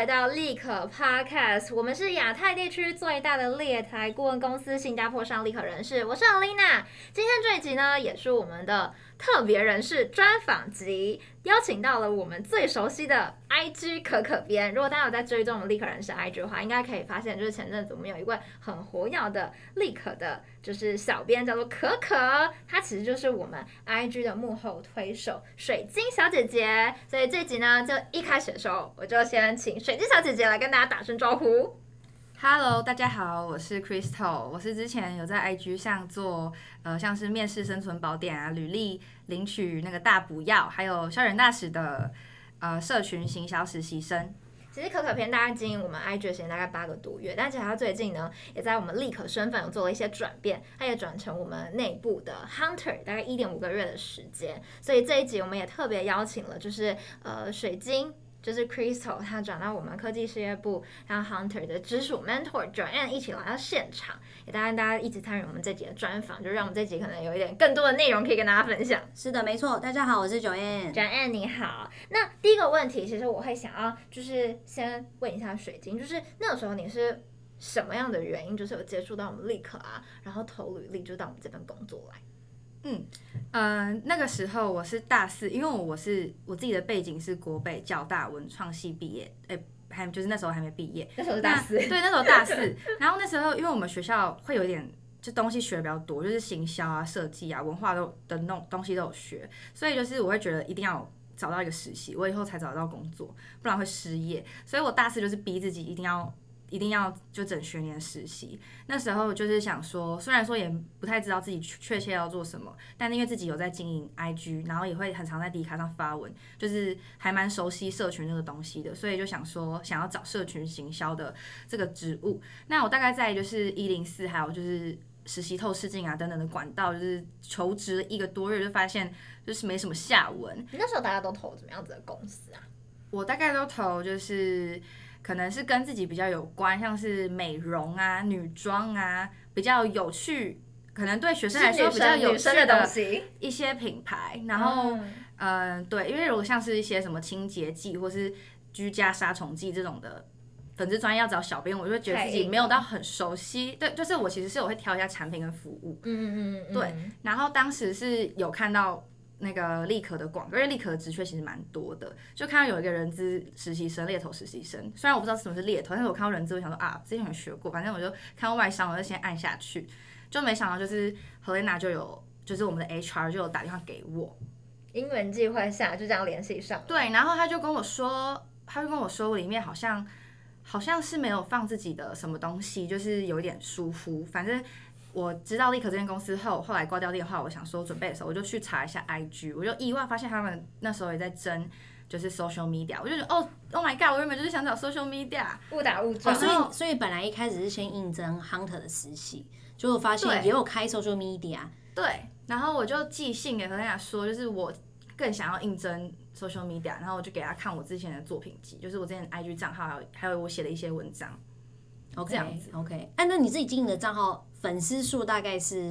来到立可 Podcast， 我们是亚太地区最大的猎台顾问公司，新加坡上立可人士，我是 Alina。今天这一集呢，也是我们的特别人士专访集，邀请到了我们最熟悉的 IG 可可编。如果大家有在追踪我们立可人士 IG 的话，应该可以发现，就是前阵子我们有一位很活跃的立可的，就是小编叫做可可，她其实就是我们 IG 的幕后推手水晶小姐姐。所以这集呢，就一开始的时候，我就先请水晶小姐姐来跟大家打声招呼。 Hello， 大家好，我是 Crystal， 我是之前有在 IG 上做像是面试生存宝典啊、履历领取那个大补药，还有校园大使的社群行销实习生。 其实可可片大概经营我们 IG 的时间大概8个多月，但其实他最近呢，也在我们立可身份有做了一些转变，他也转成我们内部的 Hunter， 大概1.5个月的时间。所以这一集我们也特别邀请了，就是水晶。就是 Crystal， 他转到我们科技事业部，还有 Hunter 的直属 Mentor Joanne 一起来到现场，也当然大家一起参与我们这集的专访，就让我们这集可能有一点更多的内容可以跟大家分享。 是的，没错。大家好，我是 Joanne。Joanne 你好。那第一个问题，其实我会想要就是先问一下水晶，就是那个时候你是什么样的原因，就是有接触到我们立可啊，然后投履历就到我们这边工作来？ 那个时候我是大4，因为我自己的背景是国北交大文创系毕业，还就是那时候还没毕业， 那时候是大4， 对，那时候大4。然后那时候因为我们学校会有点就东西学的比较多，就是行销啊、设计啊、文化的那种东西都有学，所以就是我会觉得一定要找到一个实习，我以后才找得到工作，不然会失业。所以我大4就是逼自己一定要就整学年实习。那时候就是想说，虽然说也不太知道自己确切要做什么，但因为自己有在经营 IG， 然后也会很常在 D 卡上发文，就是还蛮熟悉社群这个东西的，所以就想说想要找社群行销的这个职务。那我大概在就是104还有就是实习透视镜啊等等的管道，就是求职了1个多月，就发现就是没什么下文。 你那时候大家都投怎么样子的公司啊？ 我大概都投就是可能是跟自己比较有关，像是美容啊、女装啊，比较有趣，可能对学生来说比较有趣的一些品牌。然后，对，因为如果像是一些什么清洁剂或是居家杀虫剂这种的粉丝专业要找小编，我就会觉得自己没有到很熟悉。对，就是我其实是我会挑一下产品跟服务。对。然后当时是有看到那个立可的广告，因为立可的职缺其实蛮多的，就看到有一个人资实习生、猎头实习生。虽然我不知道什么是猎头，但是我看到人资，我想说啊，之前有学过，反正我就看到外商，我就先按下去。就没想到就是 Helena 就是我们的 HR 就有打电话给我， 因缘际会下就这样联系上。 对，然后他就跟我说我里面好像是没有放自己的什么东西，就是有一点疏忽，反正。我知道立可这间公司后来挂掉电话，我想说准备的时候，我就去查一下 IG， 我就意外发现他们那时候也在争，就是 social media， 我就觉得Oh my god， 我原本就是想找 social media， 误打误撞。 所以本来一开始是先应征 Hunter 的实习，结果发现也有开 social media。 对，然后我就寄信给Helena说，就是我更想要应征 social media， 然后我就给他看我之前的作品集，就是我之前的 IG 账号，还有我写的一些文章。 这样子 OK， 那你自己经营的账号粉丝数大概是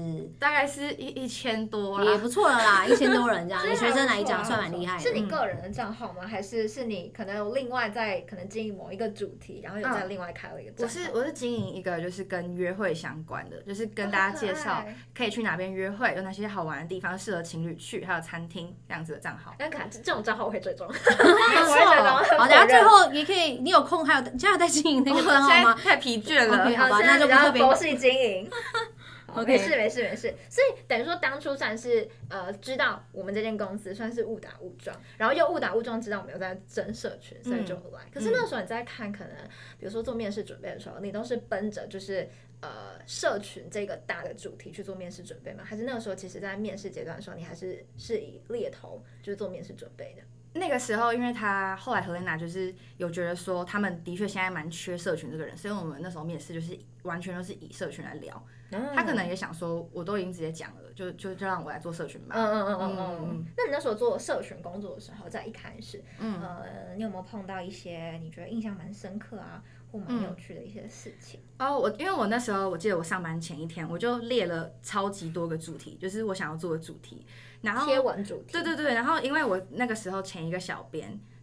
1000多啦， 也不错了啦，1000多人这样，以学生来讲算蛮厉害的。 是你个人的账号吗？还是你可能有另外在可能经营某一个主题，然后有在另外开了一个账号？ 我是经营一个就是跟约会相关的，就是跟大家介绍可以去哪边约会，有哪些好玩的地方适合情侣去，还有餐厅这样子的账号。 但看这种账号我会追踪，没错。好，等下最后也可以，你有空还有现在有在经营那个账号吗？ 太疲倦了， okay， 好吧，那就不特别佛系经营。 Okay. 没事，所以等于说当初算是知道我们这间公司算是误打误撞，然后又误打误撞知道我们有在争社群，所以就来。可是那时候你在看，可能比如说做面试准备的时候，你都是奔着就是社群这个大的主题去做面试准备吗？还是那个时候其实在面试阶段的时候，你还是以猎头就是做面试准备的？ 那个时候，因为他后来Helena就是有觉得说，他们的确现在蛮缺社群这个人，所以我们那时候面试就是完全都是以社群来聊。他可能也想说，我都已经直接讲了，就让我来做社群吧。 那你那时候做社群工作的时候，在一开始，你有没有碰到一些你觉得印象蛮深刻啊，或蛮有趣的一些事情？ 因为我那时候我记得我上班前一天，我就列了超级多个主题，就是我想要做的主题，然后贴文主题。 对，然后因为我那个时候前一个小编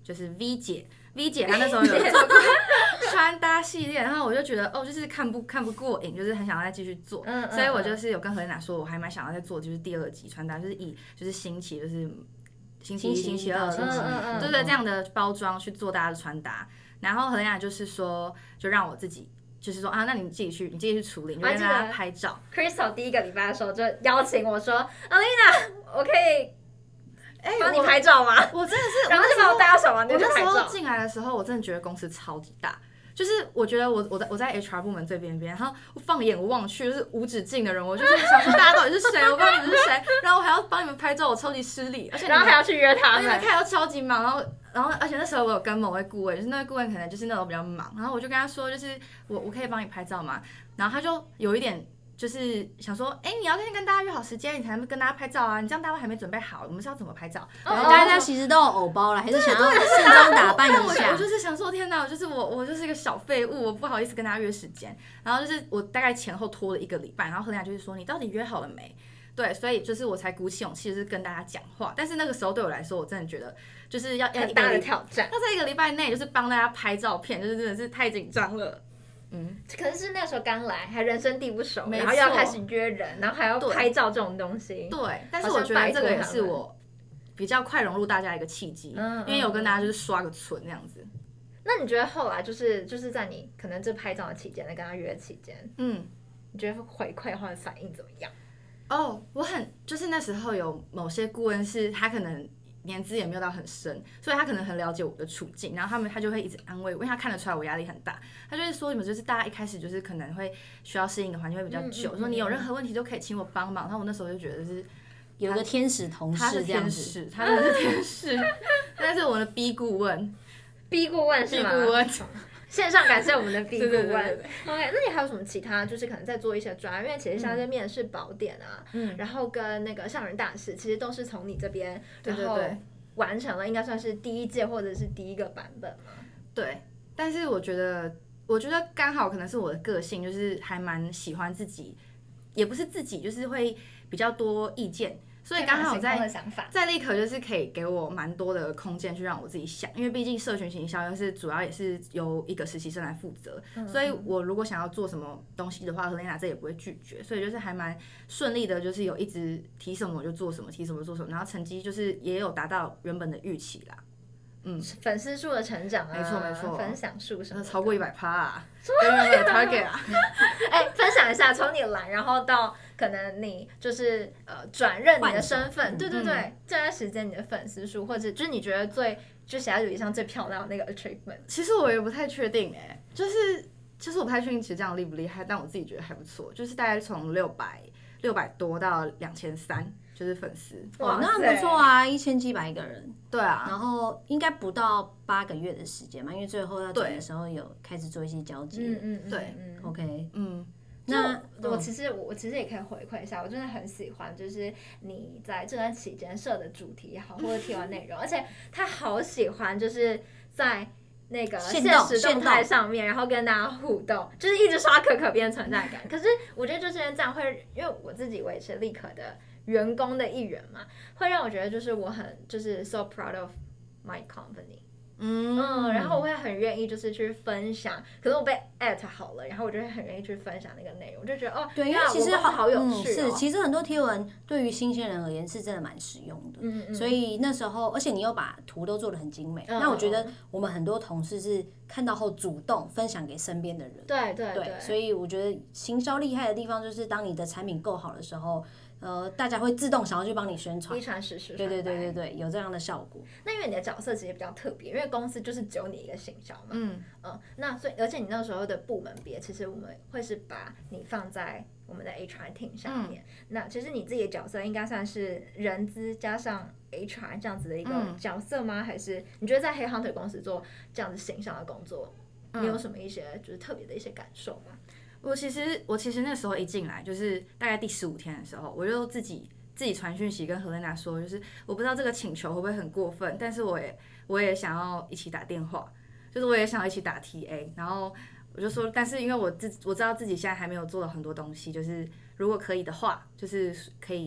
就是 V 姐她那时候有做过穿搭系列，然后我就觉得就是看不过瘾，就是很想要再继续做，所以我就是有跟何丽娜说，我还蛮想要再做就是第2集穿搭，就是以就是星期就是星期1、星期2、星期对这样的包装去做大家的穿搭。然后何丽娜就是说，就让我自己。就是说那你自己去处理，你就跟大家拍照。 Crystal 第1个礼拜的时候就邀请我说 ，Alina， 我可以帮你拍照吗？ 我真的是， 然后就把我带到小房间去拍照。 我那时候进来的时候，我真的觉得公司超级大。就是我觉得我在 HR 部门最边边，然后我放眼望去就是无止境的人，我就是想说大家到底是谁？我不知道你们是谁，然后我还要帮你们拍照，我超级失礼，而且然后还要去约他们， 因为看到超级忙，然后而且那时候我有跟某位顾问，就是那位顾问可能就是那种比较忙，然后我就跟他说，就是我可以帮你拍照吗？然后他就有一点。就是想说，你要先跟大家约好时间，你才能跟大家拍照啊！你这样大家还没准备好，我们是要怎么拍照？ 大家其实都有偶包了，还是想要盛装打扮一下。 我就是想说，天哪，我就是一个小废物，我不好意思跟大家约时间。然后就是我大概前后拖了1个礼拜，然后何丽娜就是说，你到底约好了没？对，所以就是我才鼓起勇气，就是跟大家讲话。但是那个时候对我来说，我真的觉得就是要很大的挑战， 要在1个礼拜内就是帮大家拍照片，就是真的是太紧张了。 可是那时候刚来，还人生地不熟，然后要开始约人，然后还要拍照这种东西。 对，但是我觉得这个也是我比较快融入大家一个契机，因为有跟大家就是刷个存这样子。 那你觉得后来就是在你可能这拍照的期间，在跟他约的期间，你觉得回馈或者反应怎么样？ 我就是那时候有某些顾问是他可能。年资也没有到很深，所以他可能很了解我的处境，然后他就会一直安慰我，因为他看得出来我压力很大，他就会说你们就是大家一开始就是可能会需要适应的环境会比较久，说你有任何问题都可以请我帮忙。然后我那时候就觉得是有个天使同事这样子， 他真的是天使，他是我的 B 顾问是吗？ B 顾问。 线上感谢我们的 B 顾问。 对 OK， 那你还有什么其他就是可能在做一些专案？因为其实像这面试宝典啊，然后跟那个校园大使，其实都是从你这边，然后完成了，应该算是第1届或者是第1个版本嘛。 对，但是我觉得刚好可能是我的个性，就是还蛮喜欢自己，也不是自己，就是会比较多意见。所以刚好在立可就是可以给我蛮多的空间去让我自己想，因为毕竟社群行销主要也是由一个实习生来负责，所以我如果想要做什么东西的话，何丽娜这也不会拒绝，所以就是还蛮顺利的，就是有一直提什么我就做什么，提什么做什么，然后成绩就是也有达到原本的预期啦。 粉丝数的成长啊， 没错， 分享数什么的， 超过100%啊，对 target 啊。 分享一下，从你来，然后到可能你就是转任你的身份，对，这段时间你的粉丝数，或者就是你觉得就写在履历上最漂亮的那个 achievement， 其实我也不太确定就是我不太确定其实这样厉不厉害，但我自己觉得还不错，就是大概从600多到2300。就是粉丝， 哇，那很不错啊，1700个人， 对啊， 然后应该不到8个月的时间嘛，因为最后要剪的时候有开始做一些交接， 对 ，OK， 那我其实也可以回馈一下，我真的很喜欢，就是你在这段期间设的主题也好，或者贴完内容，而且他好喜欢就是在那个现实动态上面，然后跟大家互动，就是一直刷可变存在感。可是我觉得就是这样会，因为我也是立可的员工的一员嘛，会让我觉得就是我很就是 so proud of my company。然后我会很愿意就是去分享，可是我被 at 好了，然后我就会很愿意去分享那个内容，我就觉得对，因为其实好有趣是，其实很多贴文对于新鲜人而言是真的蛮实用的，所以那时候，而且你又把图都做得很精美，那我觉得我们很多同事是看到后主动分享给身边的人， 对， 所以我觉得行销厉害的地方就是当你的产品够好的时候。大家会自动想要去帮你宣传， 一传十，十传百，对，有这样的效果。 那因为你的角色其实比较特别，因为公司就是只有你一个行销嘛，那所以而且你那时候的部门别，其实我们会是把你放在我们的 HR team 上面。那其实你自己的角色应该算是人资加上 HR 这样子的一个角色吗？还是你觉得在黑 Hunter 公司做这样子行销的工作，你有什么一些就是特别的一些感受吗？ 我其实那时候一进来，就是大概第15天的时候，我就自己传讯息跟何丽娜说，就是我不知道这个请求会不会很过分，但是我也想要一起打电话，就是我也想要一起打 TA， 然后我就说，但是因为我知道自己现在还没有做了很多东西，就是如果可以的话，就是可以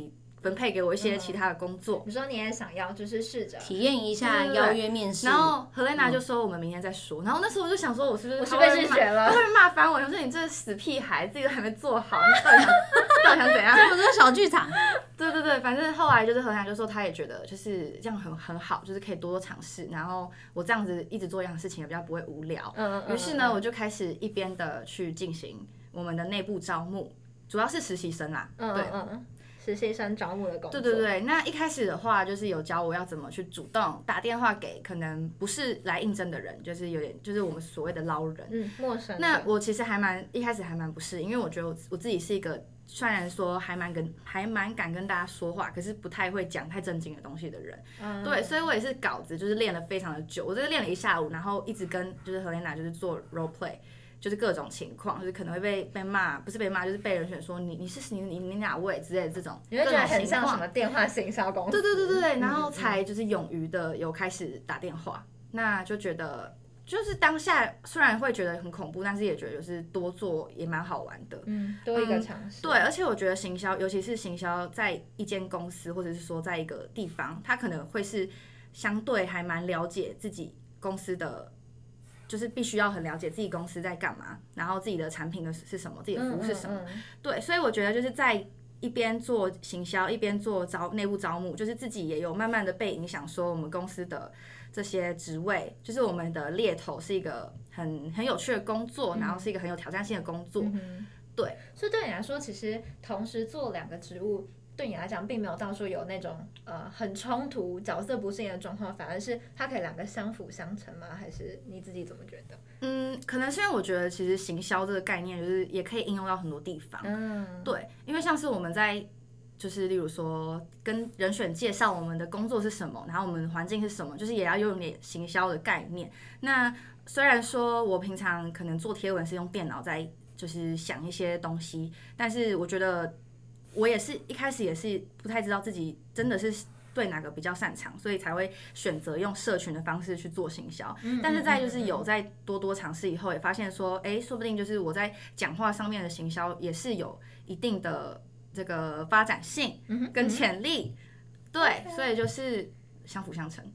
分配给我一些其他的工作。 你说你也想要就是试着体验一下邀约面试， 然后Helena就说我们明天再说。然后那时候我就想说，我是不是被拒绝了？ 他会骂翻我，我说你这死屁孩，自己都还没做好，你到底想怎样？ 这不是小剧场。 对，反正后来就是Helena就说他也觉得就是这样很好，就是可以多多尝试。然后我这样子一直做一样的事情也比较不会无聊。于是呢，我就开始一边的去进行我们的内部招募，主要是实习生啦。对。 实习生招募的工作。 对，那一开始的话就是有教我要怎么去主动打电话给可能不是来应征的人，就是有点就是我们所谓的捞人， 陌生的。 那我其实一开始还蛮不适应，因为我觉得我自己是一个虽然说还蛮敢跟大家说话，可是不太会讲太正经的东西的人。对，所以我也是稿子就是练了非常的久，我这个练了一下午，然后一直跟就是 Helena 就是做 role play。就是各种情况，就是可能会被骂，不是被骂，就是被人选说你哪位之类的这种， 你会觉得很像什么电话行销公司？ 对，然后才就是勇于的有开始打电话，那就觉得就是当下虽然会觉得很恐怖，但是也觉得就是多做也蛮好玩的， 多一个尝试。 对，而且我觉得行销，尤其是行销在一间公司或者是说在一个地方，它可能会是相对还蛮了解自己公司的。就是必须要很了解自己公司在干嘛，然后自己的产品的是什么，自己的服务是什么。对，所以我觉得就是在一边做行销，一边做内部招募，就是自己也有慢慢的被影响，说我们公司的这些职位，就是我们的猎头是一个很有趣的工作，然后是一个很有挑战性的工作。对， 所以对你来说，其实同时做2个职务。对你来讲，并没有到说有那种很冲突、角色不适应的状况，反而是它可以2个相辅相成吗？还是你自己怎么觉得？ 可能是因为我觉得其实行销这个概念就是也可以应用到很多地方。对，因为像是我们在就是例如说跟人选介绍我们的工作是什么，然后我们的环境是什么，就是也要用点行销的概念。那虽然说我平常可能做贴文是用电脑在就是想一些东西，但是我觉得。我也是一开始也是不太知道自己真的是对哪个比较擅长，所以才会选择用社群的方式去做行销。但是在就是有在多尝试以后，也发现说，说不定就是我在讲话上面的行销也是有一定的这个发展性跟潜力。对，所以就是相辅相成。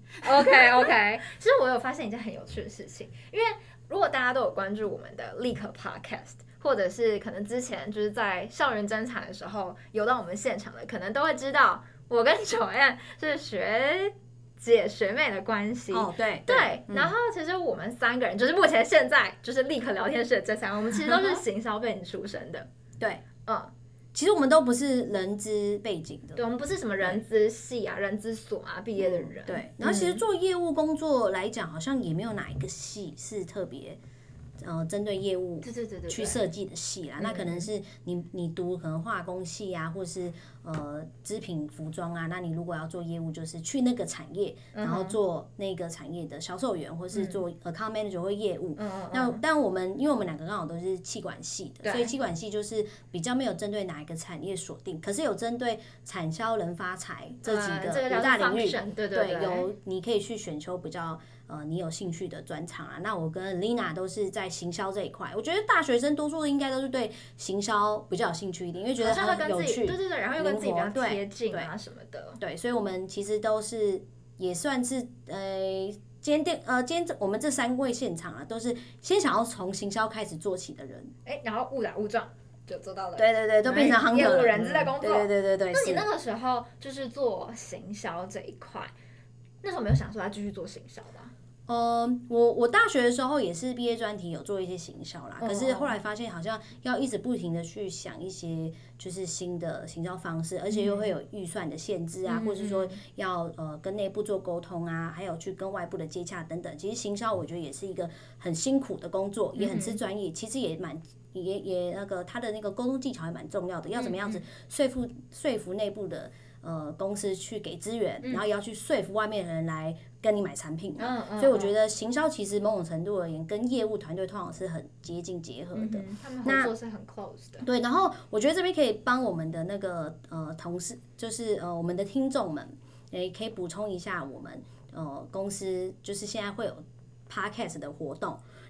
OK， 其实我有发现一件很有趣的事情，因为如果大家都有关注我们的立可 Podcast。或者是可能之前就是在校园侦查的时候有到我们现场的，可能都会知道我跟Joanne是学姐学妹的关系。 对。 然后其实我们3个人就是目前现在就是立可聊天室的这3个，我们其实都是行销背景出身的。 对，其实我们都不是人资背景的， 对，我们不是什么人资系啊、人资所啊毕业的人。 对，然后其实做业务工作来讲，好像也没有哪一个系是特别。针对业务去设计的系啦，那可能是你读可能化工系啊，或是织品服装啊，那你如果要做业务，就是去那个产业，然后做那个产业的销售员，或是做account manager 或业务。那但因为我们2个刚好都是企管系的，所以企管系就是比较没有针对哪一个产业锁定，可是有针对产销人发财这几个5大领域，对，有你可以去选修比较。你有兴趣的专长啊？那我跟 Lina 都是在行销这一块。我觉得大学生多数应该都是对行销比较有兴趣一点，因为觉得很有趣， 对，然后又跟自己比较贴近啊什么的。 对，所以我们其实都是也算是今天我们这3位现场啊，都是先想要从行销开始做起的人， 然后误打误撞就做到了。 对，都变成行业务人资的工作。 对。 那你那个时候就是做行销这一块，那时候没有想说要继续做行销吧？ 我大学的时候也是毕业专题有做一些行销啦，可是后来发现好像要一直不停的去想一些就是新的行销方式，而且又会有预算的限制啊，或者是说要跟内部做沟通啊，还有去跟外部的接洽等等。其实行销我觉得也是一个很辛苦的工作，也很吃专业，其实也那个他的那个沟通技巧还蛮重要的，要怎么样子说服内部的公司去给资源，然后也要去说服外面的人来跟你买产品嘛。所以我觉得行销其实某种程度而言，跟业务团队通常是很接近结合的。 他们合作是很 close 的。 对，然后我觉得这边可以帮我们的那个同事，就是我们的听众们，可以补充一下我们公司就是现在会有 podcast 的活动。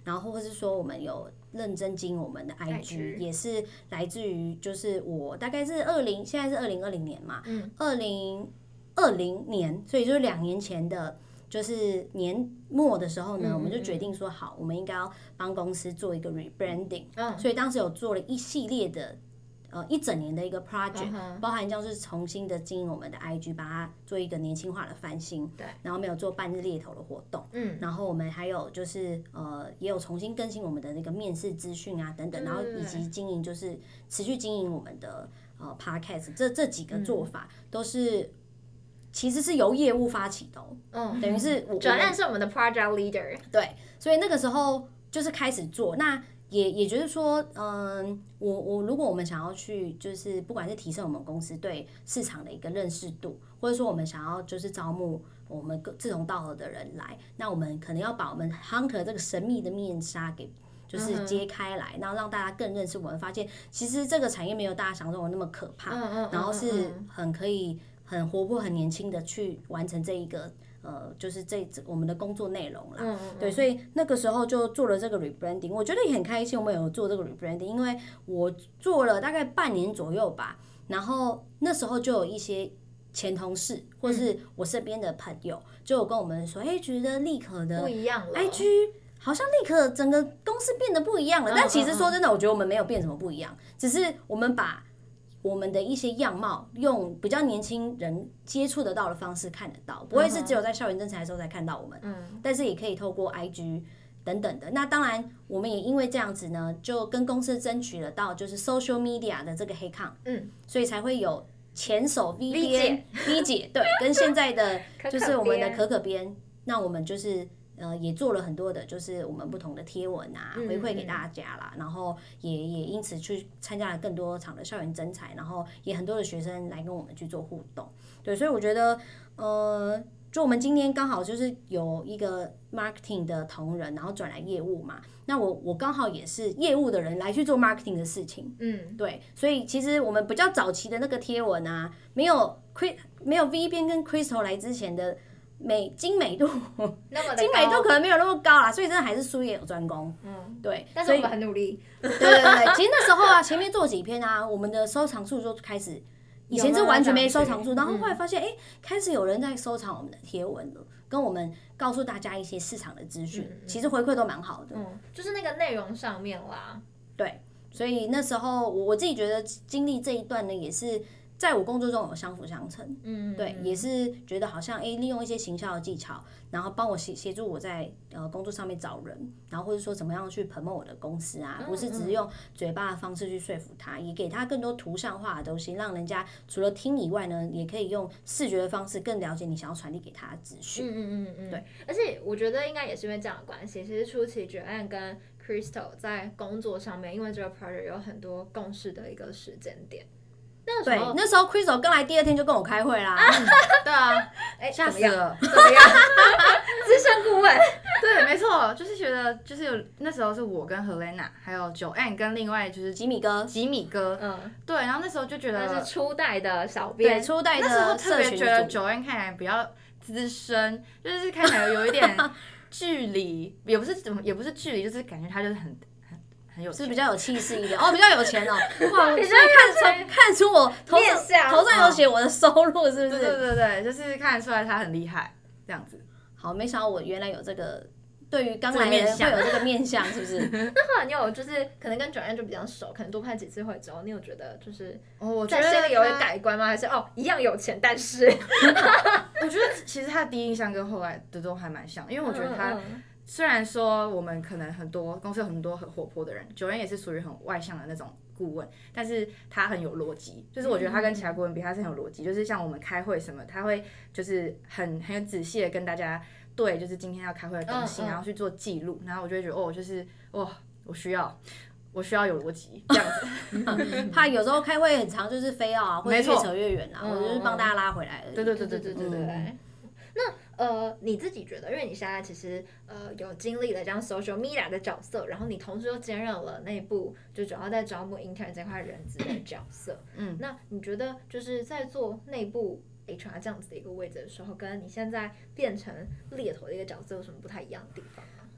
然后或是说我们有认真经营我们的 IG， 也是来自于就是我大概是现在是2020年嘛，2020年，所以就是2年前的。就是年末的时候呢，我们就决定说好，我们应该要帮公司做一个 rebranding，所以当时有做了一系列的1整年的一个 project，包含像是重新的经营我们的 IG， 把它做一个年轻化的翻新，对，然后我们有做半日猎头的活动，然后我们还有就是也有重新更新我们的那个面试资讯啊等等，然后以及经营就是持续经营我们的podcast， 这几个做法都是。其实是由业务发起的等于是转案是我们的 project leader， 对，所以那个时候就是开始做，那也就是说，如果我们想要去，就是不管是提升我们公司对市场的一个认识度，或者说我们想要就是招募我们志同道合的人来，那我们可能要把我们 hunter 这个神秘的面纱给。就是揭开来，然后让大家更认识我们，发现其实这个产业没有大家想象的那么可怕，然后是很可以很活泼、很年轻的去完成这一个就是我们的工作内容啦。对，所以那个时候就做了这个 rebranding， 我觉得也很开心，我们有做这个 rebranding， 因为我做了大概半年左右吧，然后那时候就有一些前同事或是我身边的朋友就有跟我们说，觉得立可的不一样了 IG。好像立刻整个公司变得不一样了，但其实说真的，我觉得我们没有变什么不一样，只是我们把我们的一些样貌用比较年轻人接触得到的方式看得到，不会是只有在校园征才的时候才看到我们，但是也可以透过 IG 等等的。那当然，我们也因为这样子呢，就跟公司争取了到就是 social media 的这个黑抗，所以才会有前手 V 姐对，跟现在的就是我们的可可编，那我们就是。也做了很多的，就是我们不同的贴文啊，回馈给大家啦，然后也因此去参加了更多场的校园征才，然后也很多的学生来跟我们去做互动，对，所以我觉得，就我们今天刚好就是有一个 marketing 的同仁，然后转来业务嘛，那我刚好也是业务的人来去做 marketing 的事情，对，所以其实我们比较早期的那个贴文啊，没有 V 边跟 Crystal 来之前的。精美度可能没有那么高啦，所以真的还是术业有专攻。对， 但是我们很努力。 对，其实那时候啊，前面做几篇啊，我们的收藏数就开始，以前是完全没收藏数，然后后来发现，开始有人在收藏我们的贴文了，跟我们告诉大家一些市场的资讯，其实回馈都蛮好的。 就是那个内容上面啦。 对，所以那时候我自己觉得经历这一段呢，也是。在我工作中有相辅相成，对，也是觉得好像利用一些行销的技巧，然后帮我协助我在工作上面找人，然后或者说怎么样去 promote 我的公司啊，不是只是用嘴巴的方式去说服他，也给他更多图像化的东西，让人家除了听以外呢，也可以用视觉的方式更了解你想要传递给他的资讯。 对，而且我觉得应该也是因为这样的关系，其实初期Joanne跟 Crystal 在工作上面，因为这个 project 有很多共识的一个时间点。 对，那时候 Crystal 刚来第2天就跟我开会啦。 对啊，吓死了， 怎么样？资深顾问。 对，没错，就是觉得就是有那时候是我跟 Helena 还有Joanne跟另外就是吉米哥， 对，然后那时候就觉得那是初代的小编， 对，初代的那时候特别觉得社群 Joanne 看起来比较资深，就是看起来有一点距离，也不是距离，就是感觉他就是是比较有气势一点比较有钱哦，哇，所以看出我头上有写我的收入，是不是？ 对，就是看得出来他很厉害，这样子。 好，没想到我原来有这个，对于刚来的人会有这个面相，是不是？ 那后来你有就是可能跟Joanne就比较熟，可能多拍几次会之后，你有觉得就是在心里有改观吗？还是一样有钱，但是我觉得其实他的第一印象跟后来的都还蛮像，因为我觉得他。虽然说我们可能公司有很多很活泼的人，Joanne也是属于很外向的那种顾问，但是他很有逻辑，就是我觉得他跟其他顾问比，他是很有逻辑，就是像我们开会什么，他会就是很有仔细的跟大家对，就是今天要开会的东西，然后去做记录，然后我就会觉得就是我需要有逻辑这样子。 怕有时候开会很长，就是非要啊，或者越扯越远啊，我就是帮大家拉回来而已。 对。那你自己觉得，因为你现在其实有经历了这样 social media 的角色，然后你同时又兼任了内部就主要在招募 intern 这块人资的角色，那你觉得就是在做内部 HR 这样子的一个位置的时候，跟你现在变成猎头的一个角色有什么不太一样的地方吗？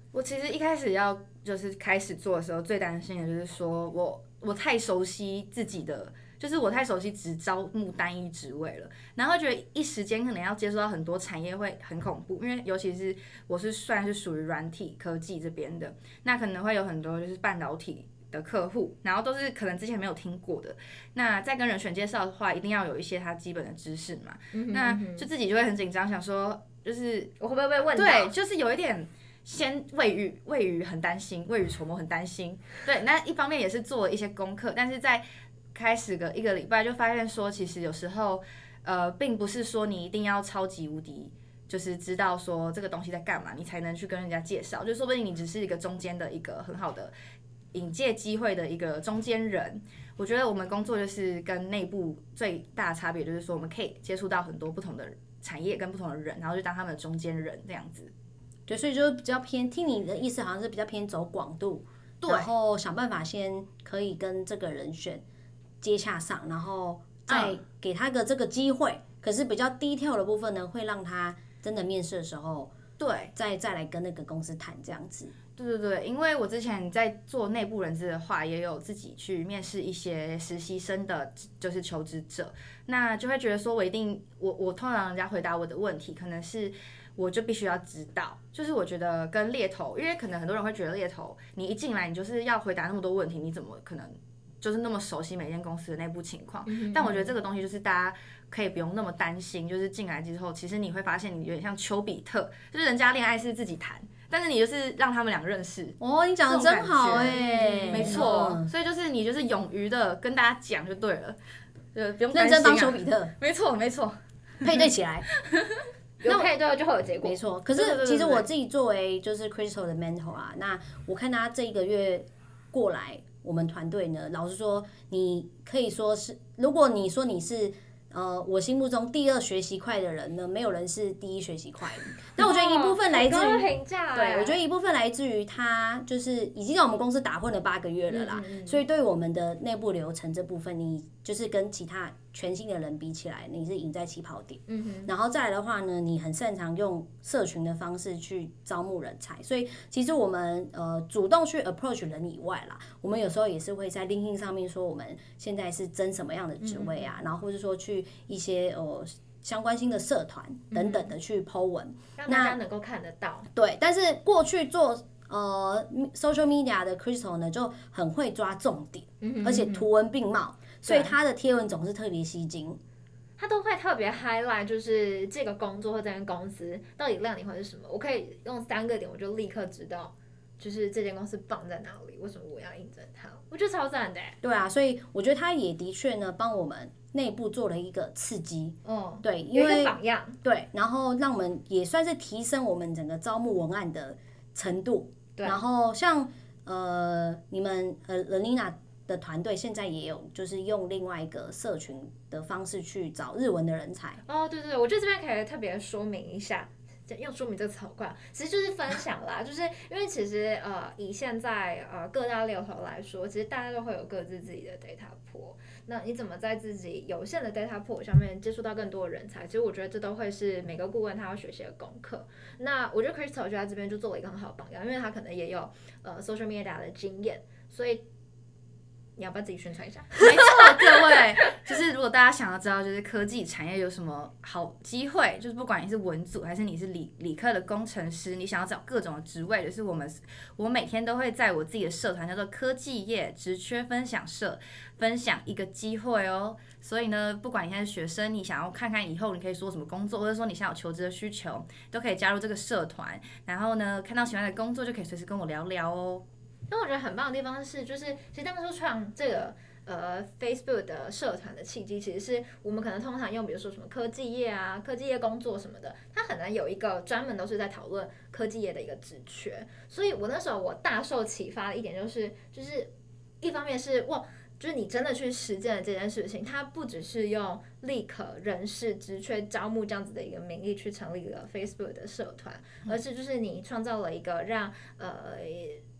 我其实一开始就是开始做的时候，最担心的就是说我太熟悉自己的。就是我太熟悉只招募单一职位了，然后觉得一时间可能要接触到很多产业会很恐怖，因为尤其是我算是属于软体科技这边的，那可能会有很多就是半导体的客户，然后都是可能之前没有听过的。那在跟人选介绍的话，一定要有一些他基本的知识嘛，那就自己就会很紧张，想说就是我会不会被问到？ 对，就是有一点。先未雨很担心，未雨绸缪很担心。对，那一方面也是做了一些功课，但是在开始一个礼拜就发现说，其实有时候并不是说你一定要超级无敌，就是知道说这个东西在干嘛，你才能去跟人家介绍。就说不定你只是一个中间的一个很好的引介机会的一个中间人。我觉得我们工作就是跟内部最大的差别就是说，我们可以接触到很多不同的产业跟不同的人，然后就当他们的中间人这样子。 对，所以就是比较偏，听你的意思好像是比较偏走广度，然后想办法先可以跟这个人选接洽上，然后再给他这个机会。可是比较低调的部分呢，会让他真的面试的时候， 对， 再来跟那个公司谈这样子。 对，因为我之前在做内部人资的话，也有自己去面试一些实习生的，就是求职者，那就会觉得说我通常人家回答我的问题，可能是。我就必须要知道，就是我觉得跟猎头，因为可能很多人会觉得猎头，你一进来你就是要回答那么多问题，你怎么可能就是那么熟悉每间公司的内部情况？但我觉得这个东西就是大家可以不用那么担心，就是进来之后，其实你会发现你有点像丘比特，就是人家恋爱是自己谈，但是你就是让他们俩认识。 哦，你讲的真好哎， 没错，所以就是你就是勇于的跟大家讲就对了，就不用认真当丘比特。 没错， 配对起来。 有配对就会有结果， 没错。可是其实我自己作为就是 Crystal 的 mentor 啊，那我看他这一个月过来，我们团队呢，老实说，你可以说是，如果你说你是我心目中第2学习快的人呢，没有人是第1学习快的。但我觉得一部分来自于，对，我觉得一部分来自于他就是已经在我们公司打混了8个月了啦，所以对我们的内部流程这部分，你就是跟其他全新的人比起来，你是赢在起跑点。然后再来的话呢，你很擅长用社群的方式去招募人才，所以其实我们主动去 approach 人以外啦，我们有时候也是会在 LinkedIn 上面说我们现在是争什么样的职位啊，然后或者说去一些相关性的社团等等的去 po 文， 让大家能够看得到。 对，但是过去做social media 的 Crystal 呢，就很会抓重点，而且图文并茂，所以他的贴文总是特别吸睛。 他都会特别 highlight， 就是这个工作或这间公司到底亮点会是什么。我可以用3个点，我就立刻知道，就是这间公司棒在哪里，为什么我要应征它。我觉得超赞的。 对啊，所以我觉得他也的确呢，帮我们内部做了一个刺激。对，因为有一个榜样。 对，然后让我们也算是提升我们整个招募文案的程度。对，然后像你们Lina的团队现在也有，就是用另外一个社群的方式去找日文的人才。 对，我觉得这边可以特别说明一下，用说明这个词好怪，其实就是分享啦，就是因为其实以现在各大猎头来说，其实大家都会有各自己的 data pool， 那你怎么在自己有限的 data pool 上面接触到更多的人才？其实我觉得这都会是每个顾问他要学习的功课。那我觉得 Crystal 就在这边就做了一个很好的榜样，因为他可能也有social media 的经验，所以。你要不要自己宣传一下？ 没错，各位，就是如果大家想要知道，就是科技产业有什么好机会，就是不管你是文组还是你是理科的工程师，你想要找各种的职位，就是我每天都会在我自己的社团叫做科技业职缺分享社分享一个机会哦。所以呢，不管你现在是学生，你想要看看以后你可以做什么工作，或者说你想要有求职的需求，都可以加入这个社团。然后呢，看到喜欢的工作就可以随时跟我聊聊哦。 因为我觉得很棒的地方是，就是其实当初创这个Facebook 的社团的契机，其实是我们可能通常用，比如说什么科技业啊、科技业工作什么的，它很难有一个专门都是在讨论科技业的一个职缺。所以我那时候我大受启发的一点就是，一方面是哇，就是你真的去实践了这件事情，它不只是用立可人事职缺招募这样子的一个名义去成立了 Facebook 的社团，而是就是你创造了一个让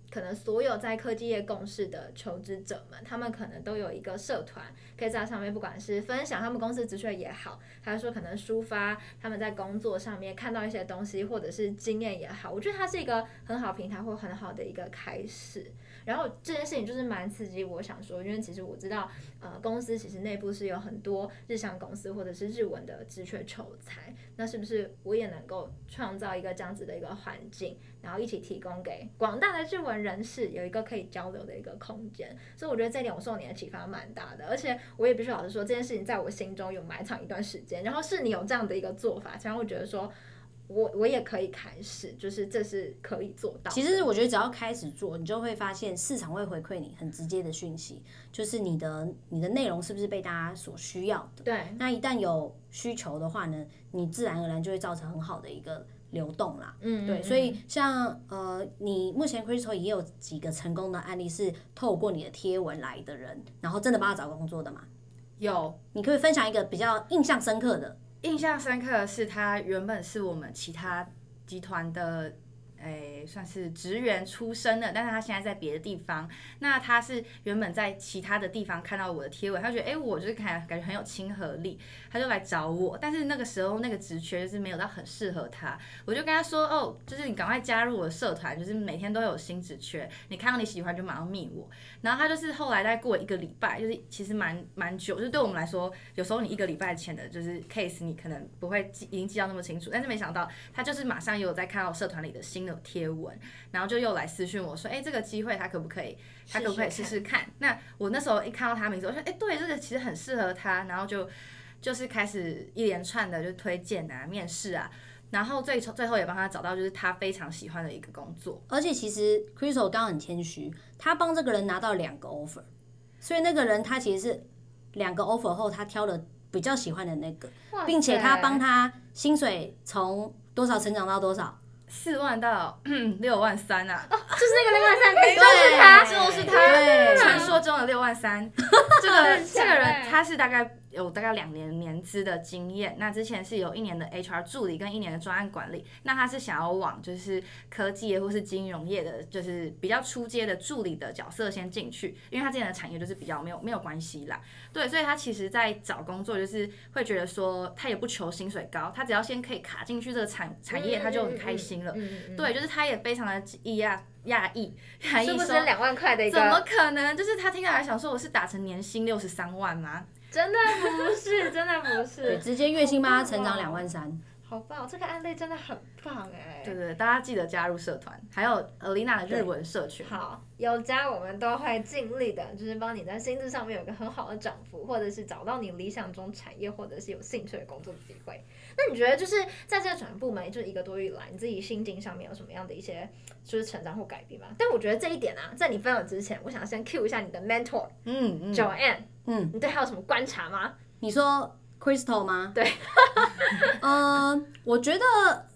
可能所有在科技业共事的求职者们，他们可能都有一个社团，可以在上面不管是分享他们公司职缺也好，还是说可能抒发他们在工作上面看到一些东西或者是经验也好，我觉得它是一个很好平台或很好的一个开始。然后这件事情就是蛮刺激我想说，因为其实我知道公司其实内部是有很多日商公司或者是日文的职缺求才，那是不是我也能够创造一个这样子的一个环境，然后一起提供给广大的日文人士有一个可以交流的一个空间。所以我觉得这一点我受你的启发蛮大的，而且我也必须老实说，这件事情在我心中有埋藏一段时间，然后是你有这样的一个做法，才让我觉得说我也可以开始，就是这是可以做到的。 其实我觉得只要开始做，你就会发现市场会回馈你很直接的讯息，就是你的内容是不是被大家所需要的。 对。 那一旦有需求的话呢，你自然而然就会造成很好的一个流动啦。对。所以像你目前 Crystal 也有几个成功的案例是透过你的贴文来的人，然后真的帮他找工作的吗？ 有。 你可以分享一个比较印象深刻的。 印象深刻的是，他原本是我们其他集团的，算是职员出身的，但是他现在在别的地方。那他是原本在其他的地方看到我的贴文，他觉得我就是感觉很有亲和力，他就来找我。但是那个时候那个职缺就是没有到很适合他，我就跟他说，就是你赶快加入我的社团，就是每天都有新职缺，你看到你喜欢就马上密我。然后他就是后来再过1个礼拜，就是其实蛮久，就是对我们来说，有时候你1个礼拜前的就是 case 你可能不会已经记到那么清楚，但是没想到他就是马上有在看到社团里的新的贴文，然后就又来私讯我说，这个机会他可不可以试试看？那我那时候一看到他名字，我说，对，这个其实很适合他，然后就是开始一连串的就推荐啊、面试啊。然后最后也帮他找到就是他非常喜欢的一个工作， 而且其实 Crystal 刚刚很谦虚，他帮这个人拿到2个 offer， 所以那个人他其实是2个 offer 后他挑了比较喜欢的那个，并且他帮他薪水从多少成长到多少 ？4万到6万3啊！ 就是那个6万3， 就是他，传说中的6万3。这个人他是大概2年年资的经验，那之前是有1年的 HR 助理跟1年的专案管理，那他是想要往就是科技业或是金融业的，就是比较初阶的助理的角色先进去，因为他之前的产业就是比较没有关系啦，对，所以他其实在找工作就是会觉得说他也不求薪水高，他只要先可以卡进去这个产业，他就很开心了，对，就是他也非常的讶异， 是不是2万块的一个？ 怎么可能？就是他听到还想说我是打成年薪63万吗？ 真的不是，真的不是， 对，直接月薪帮他成长2万3。 好棒，这个案例真的很棒哎！ 对，大家记得加入社团，还有 Alina 的日文社群。 好，有加我们都会尽力的，就是帮你在薪资上面有一个很好的涨幅，或者是找到你理想中产业或者是有兴趣的工作机会。那你觉得就是在这个转部门就是1个多月来，你自己心境上面有什么样的一些就是成长或改变吗？但我觉得这一点啊，在你分享之前，我想先 cue 一下你的 mentor， Joanne，你对他有什么观察吗？ 你说 Crystal 吗？ 对， 我觉得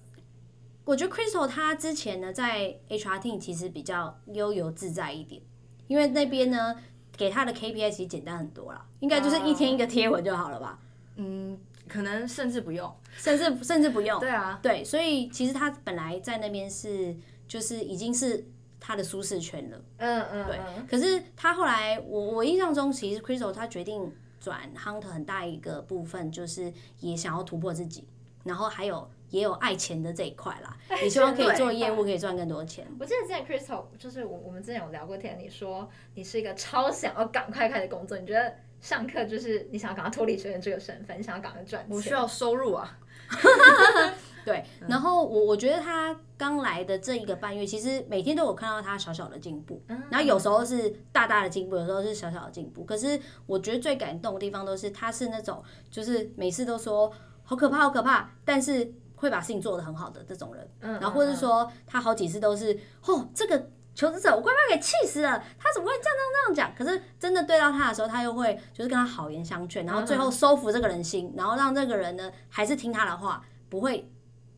Crystal 他之前呢在 HR team 其实比较悠游自在一点，因为那边呢给他的 KPI 其实简单很多啦，应该就是1天1个贴文就好了吧？ 可能甚至不用， 甚至不用。 对啊， 对，所以其实他本来在那边就是已经是他的舒适圈了。对。可是他后来，我印象中，其实 Crystal 他决定转 Hunter 很大一个部分就是也想要突破自己，然后也有爱钱的这一块啦，你希望可以做业务，可以赚更多钱。 我记得之前 Crystal 就是我们之前有聊过天，你说你是一个超想要赶快开始工作，你觉得上课就是你想要赶快脱离学生这个身份，你想要赶快赚钱。 我需要收入啊。 对，然后我觉得他刚来的这1个半月，其实每天都有看到他小小的进步，然后有时候是大大的进步，有时候是小小的进步。可是我觉得最感动的地方都是他是那种就是每次都说好可怕好可怕，但是会把事情做得很好的这种人。然后或者说他好几次都是这个求职者我快把他给气死了，他怎么会这样讲？可是真的对到他的时候，他又会就是跟他好言相劝，然后最后收服这个人心，然后让这个人呢还是听他的话，不会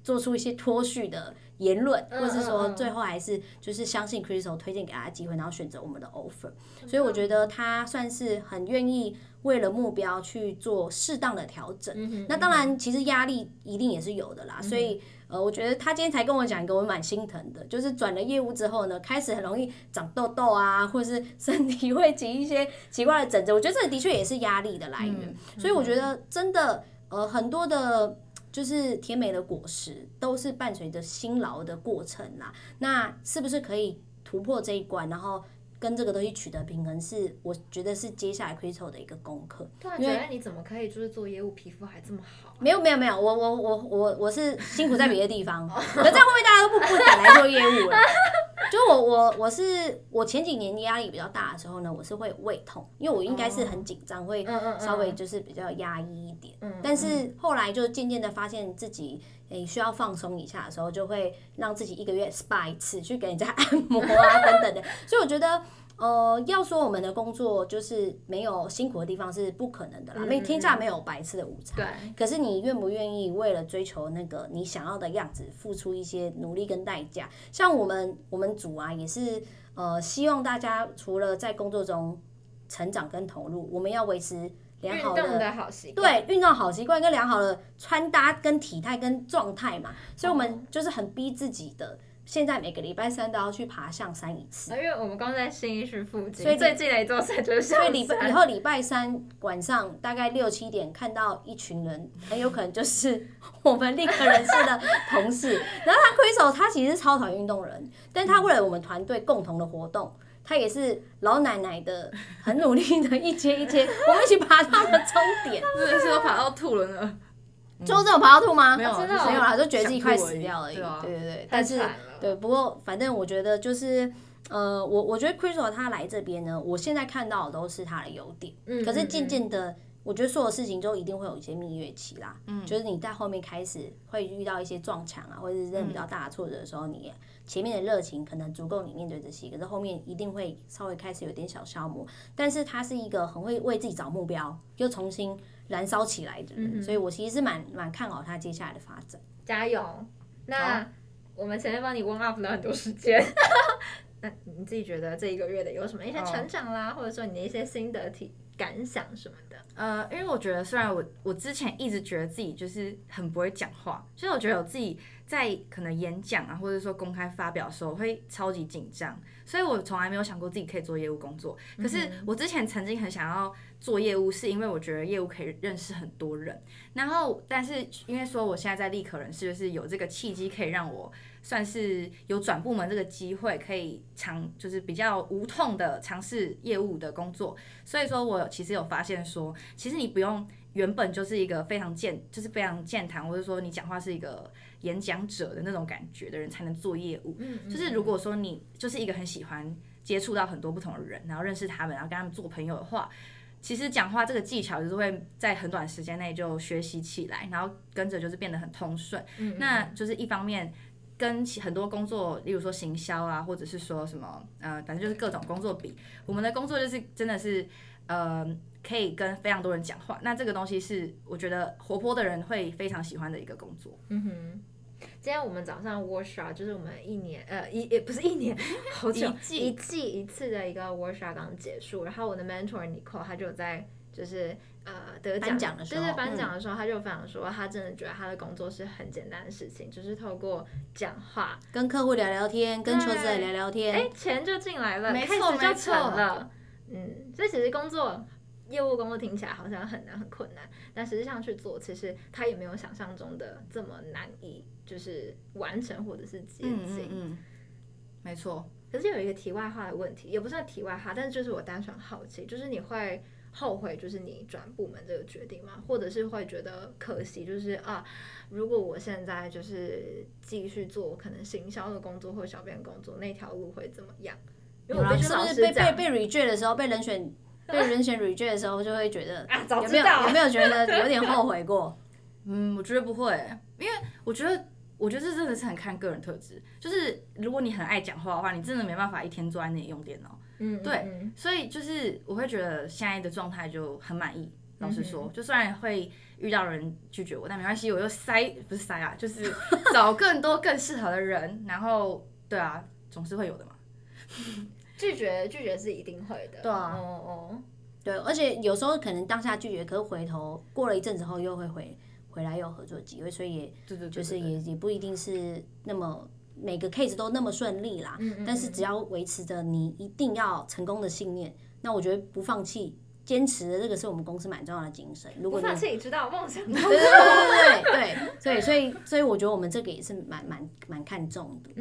做出一些脱序的言论，或是说最后还是就是相信 Crystal 推荐给他的机会，然后选择我们的 offer。所以我觉得他算是很愿意为了目标去做适当的调整。那当然，其实压力一定也是有的啦。所以我觉得他今天才跟我讲一个我蛮心疼的，就是转了业务之后呢，开始很容易长痘痘啊，或是身体会起一些奇怪的疹子。我觉得这的确也是压力的来源。所以我觉得真的很多的。就是甜美的果实都是伴随着辛劳的过程啦，那是不是可以突破这一关，然后跟这个东西取得平衡，是我觉得是接下来 Crystal 的一个功课。 突然觉得你怎么可以就是做业务皮肤还这么好？ 没有，我是辛苦在别的地方，可这样会不会大家都不敢来做业务了？就我前几年压力比较大的时候呢，我是会胃痛，因为我应该是很紧张，会稍微就是比较压抑一点。但是后来就渐渐的发现自己需要放松一下的时候，就会让自己1个月 SPA 一次，去给人家按摩啊等等的。所以我觉得。要说我们的工作就是没有辛苦的地方是不可能的啦，天下没有白吃的午餐。 对。 可是你愿不愿意为了追求那个你想要的样子，付出一些努力跟代价？像我们组啊，也是希望大家除了在工作中成长跟投入，我们要维持良好的运动的好习惯， 对运动好习惯跟良好的穿搭跟体态跟状态嘛，所以我们就是很逼自己的。现在每个礼拜3都要去爬象山一次， 因为我们刚在新义区附近，所以最近的一座山就是象山。 所以以后礼拜3晚上大概6、7点看到一群人，很有可能就是我们立可人事的同事。然后他 Crystal 他其实是超讨厌运动人，但他为了我们团队共同的活动，他也是老奶奶的很努力的一阶一阶，我们一起爬到了终点， 真的是都爬到吐了呢。 最后真的爬到吐吗？ 没有， 没有啦，就觉得自己快死掉而已。对，但是对， 不过反正我觉得就是我觉得 Crystal 他来这边呢，我现在看到的都是他的优点，可是渐渐的。我觉得所有事情都一定会有一些蜜月期啦，就是你在后面开始会遇到一些撞墙啊，或者是真的比较大的挫折的时候，你前面的热情可能足够你面对这些，可是后面一定会稍微开始有点小消磨。但是他是一个很会为自己找目标，又重新燃烧起来的人，所以我其实是蛮看好他接下来的发展。 加油！那我们前面帮你 warm up 了很多时间。那你自己觉得这1个月的有什么一些成长啦，或者说你的一些心得感想什么的？ 因为我觉得虽然我之前一直觉得自己就是很不会讲话，就是我觉得我自己在可能演讲啊，或者说公开发表的时候会超级紧张，所以我从来没有想过自己可以做业务工作。可是我之前曾经很想要做业务，是因为我觉得业务可以认识很多人，然后但是因为说我现在在立可人事，就是有这个契机可以让我算是有转部门这个机会，可以就是比较无痛的尝试业务的工作，所以说我其实有发现说，其实你不用原本就是一个非常健谈，或者说你讲话是一个演讲者的那种感觉的人才能做业务。就是如果说你就是一个很喜欢接触到很多不同的人，然后认识他们，然后跟他们做朋友的话，其实讲话这个技巧就是会在很短时间内就学习起来，然后跟着就是变得很通顺。那就是一方面跟很多工作，例如说行销啊，或者是说什么反正就是各种工作比，我们的工作就是真的是可以跟非常多人讲话。那这个东西是我觉得活泼的人会非常喜欢的一个工作。 今天我们早上 workshop 就是我们也不是一年，好久一季一次的一个 workshop 刚结束，然后我的 mentor Nicole 他就在就是得奖的时候， 对颁奖的时候，他就分享说，他真的觉得他的工作是很简单的事情，就是透过讲话跟客户聊聊天，跟求职者聊聊天， 钱就进来了， 没错开始就成了。所以其实业务工作听起来好像很难很困难，但实际上去做，其实他也没有想象中的这么难以就是完成或者是接近。 没错。 可是有一个题外话的问题，也不算题外话，但是就是我单纯好奇，就是你会后悔就是你转部门这个决定吗？或者是会觉得可惜，就是如果我现在就是继续做可能行销的工作或小编工作，那条路会怎么样？因为我必须老实讲， 被 reject 的时候，被人选 reject 的时候，就会觉得早知道有没有觉得有点后悔过？ 我觉得不会，因为我觉得这真的是很看个人特质。就是如果你很爱讲话的话，你真的没办法一天坐在那里用电脑。对，所以就是我会觉得现在的状态就很满意， 老实说，就虽然会遇到人拒绝我，但没关系，我就不是塞啊，就是找更多更适合的人，然后对啊，总是会有的嘛。 拒绝是一定会的。 对啊，对，而且有时候可能当下拒绝，可是回头过了一阵子后又会回来有合作机会，所以就是也不一定是那么每个 case 都那么顺利啦。但是只要维持着你一定要成功的信念，那我觉得不放弃。坚持的这个是我们公司蛮重要的精神。如果不放弃，你知道梦想。 对，所以我觉得我们这个也是蛮看重的。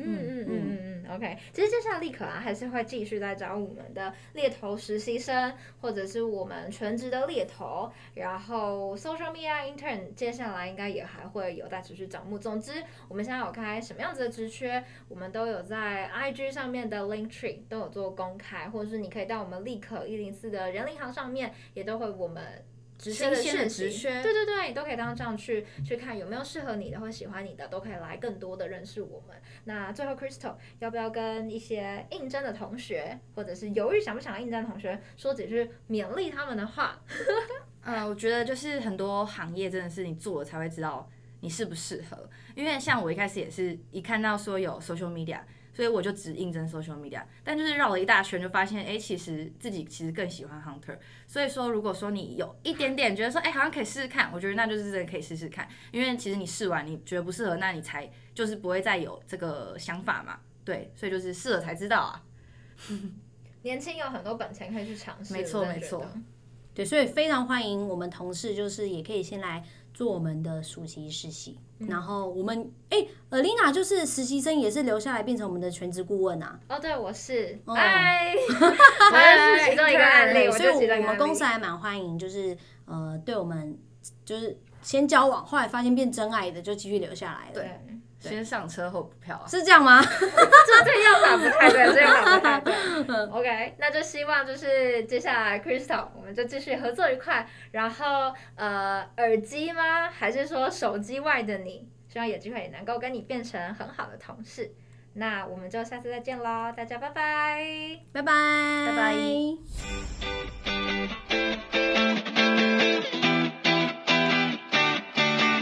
OK， 其实接下来立可还是会继续在找我们的猎头实习生，或者是我们全职的猎头，然后 social media intern 接下来应该也还会有待持续招募。总之，我们现在有开什么样子的职缺，我们都有在 IG 上面的 Linktree 都有做公开，或者是你可以到我们立可104的人力行上面也都会我们职缺的职缺， 对，都可以当这样去看有没有适合你的或喜欢你的，都可以来更多的认识我们。那最后 Crystal 要不要跟一些应征的同学，或者是犹豫想不想要应征的同学说几句勉励他们的话？ 我觉得就是很多行业真的是你做了才会知道你适不适合，因为像我一开始也是一看到说有 social media。所以我就只应征 social media， 但就是绕了一大圈，就发现其实自己更喜欢 hunter。所以说，如果说你有一点点觉得说，好像可以试试看，我觉得那就是真的可以试试看，因为其实你试完你觉得不适合，那你才就是不会再有这个想法嘛。对，所以就是试了才知道啊。 年轻有很多本钱可以去尝试， 没错。 对，所以非常欢迎我们同事，就是也可以先来做我们的暑期实习。然后我们Alina 就是实习生，也是留下来变成我们的全职顾问啊。 对，我是。我是其中一个案例， 所以我们公司还蛮欢迎，就是对我们就是先交往，后来发现变真爱的，就继续留下来了。 对。先上车后补票啊， 是这样吗？ 这样法不太对，这样法不太对。OK， 那就希望就是接下来 Crystal 我们就继续合作愉快。然后耳机吗？还是说手机外的你？希望有机会也能够跟你变成很好的同事。那我们就下次再见喽，大家拜拜， 拜拜， 拜拜。